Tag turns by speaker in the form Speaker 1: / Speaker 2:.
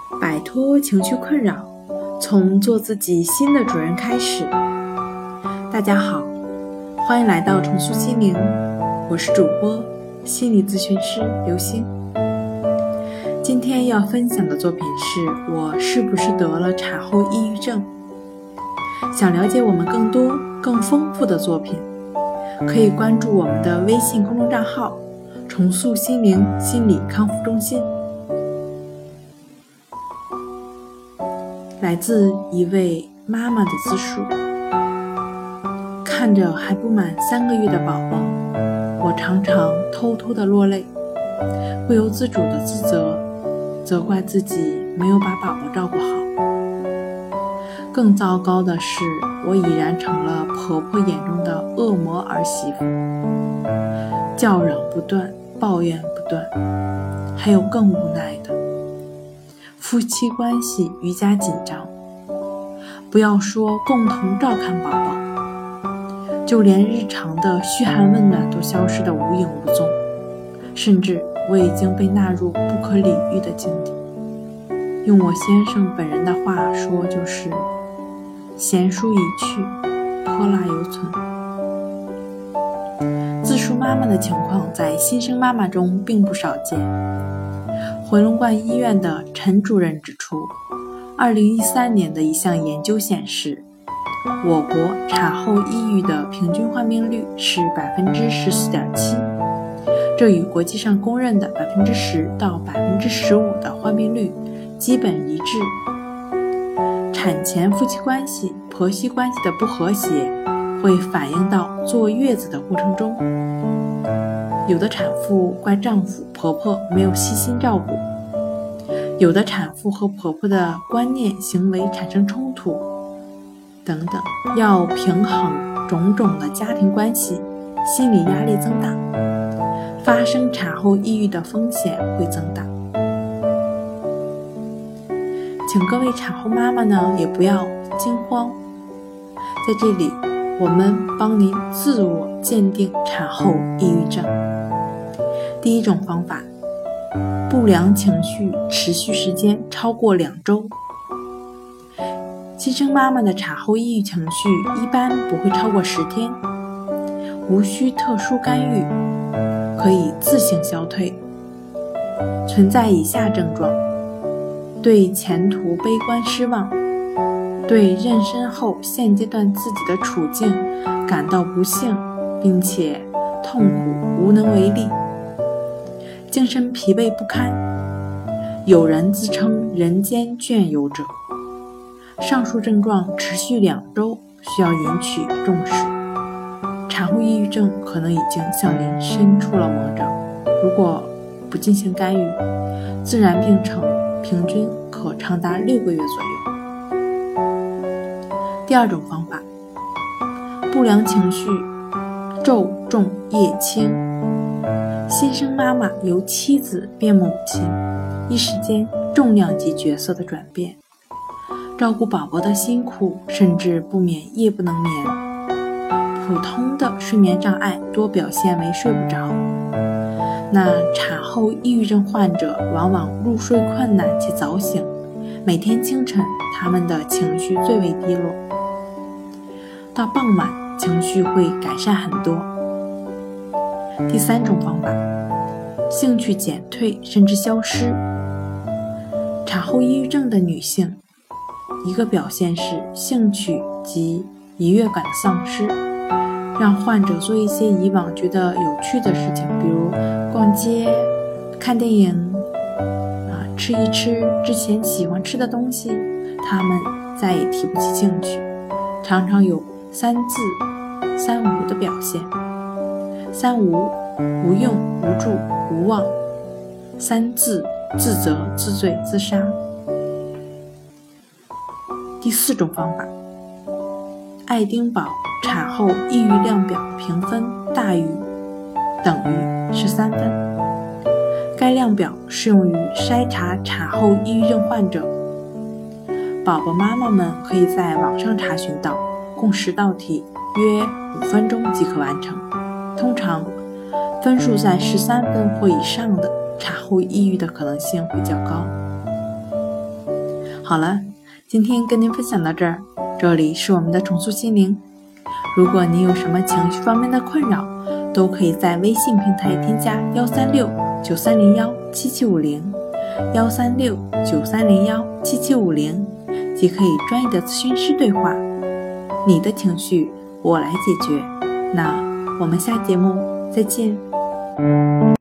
Speaker 1: 摆脱情绪困扰，从做自己新的主人开始。大家好，欢迎来到重塑心灵，我是主播心理咨询师刘星。今天要分享的作品是我是不是得了产后抑郁症。想了解我们更多更丰富的作品，可以关注我们的微信公众账号重塑心灵心理康复中心。来自一位妈妈的自述，看着还不满3个月的宝宝，我常常偷偷的落泪，不由自主的自责，责怪自己没有把宝宝照顾好。更糟糕的是，我已然成了婆婆眼中的恶魔儿媳妇，叫嚷不断，抱怨不断，还有更无奈的，夫妻关系愈加紧张，不要说共同照看宝宝，就连日常的嘘寒问暖都消失得无影无踪，甚至我已经被纳入不可理喻的境地。用我先生本人的话说，就是贤淑已去，泼辣犹存。自述妈妈的情况在新生妈妈中并不少见。回龙观医院的陈主任指出，2013年的一项研究显示，我国产后抑郁的平均患病率是 14.7%， 这与国际上公认的 10% 到 15% 的患病率基本一致。产前夫妻关系、婆媳关系的不和谐会反映到坐月子的过程中，有的产妇怪丈夫婆婆没有细心照顾，有的产妇和婆婆的观念行为产生冲突等等。要平衡种种的家庭关系，心理压力增大，发生产后抑郁的风险会增大。请各位产后妈妈呢也不要惊慌，在这里我们帮您自我鉴定产后抑郁症。第一种方法，不良情绪持续时间超过2周。新生妈妈的产后抑郁情绪一般不会超过10天，无需特殊干预，可以自行消退。存在以下症状：对前途悲观失望，对妊娠后现阶段自己的处境感到不幸，并且痛苦无能为力，精神疲惫不堪，有人自称人间倦游者。上述症状持续2周，需要引起重视。产后抑郁症可能已经向您伸出了魔爪，如果不进行干预，自然病程平均可长达6个月左右。第二种方法，不良情绪昼重夜轻。新生妈妈由妻子变母亲，一时间重量级角色的转变，照顾宝宝的辛苦，甚至不免夜不能眠。普通的睡眠障碍多表现为睡不着，那产后抑郁症患者往往入睡困难且早醒，每天清晨他们的情绪最为低落，到傍晚情绪会改善很多。第三种方法，兴趣减退甚至消失。产后抑郁症的女性，一个表现是兴趣及愉悦感的丧失，让患者做一些以往觉得有趣的事情，比如逛街、看电影、吃一吃之前喜欢吃的东西，他们再也提不起兴趣，常常有3自3无的表现。3无：无用、无助、无望。3自：自责、自罪、自杀。第四种方法，爱丁堡产后抑郁量表评分大于等于13分。该量表适用于筛查产后抑郁症患者。宝宝妈妈们可以在网上查询到，共10道题，约5分钟即可完成。通常分数在13分或以上的产后抑郁的可能性会较高。 好了，今天跟您分享到这儿，这里是我们的重塑心灵。如果您有什么情绪方面的困扰，都可以在微信平台添加136-9301-7750，136-9301-7750，即可与专业的咨询师对话。你的情绪我来解决。那我们下节目再见。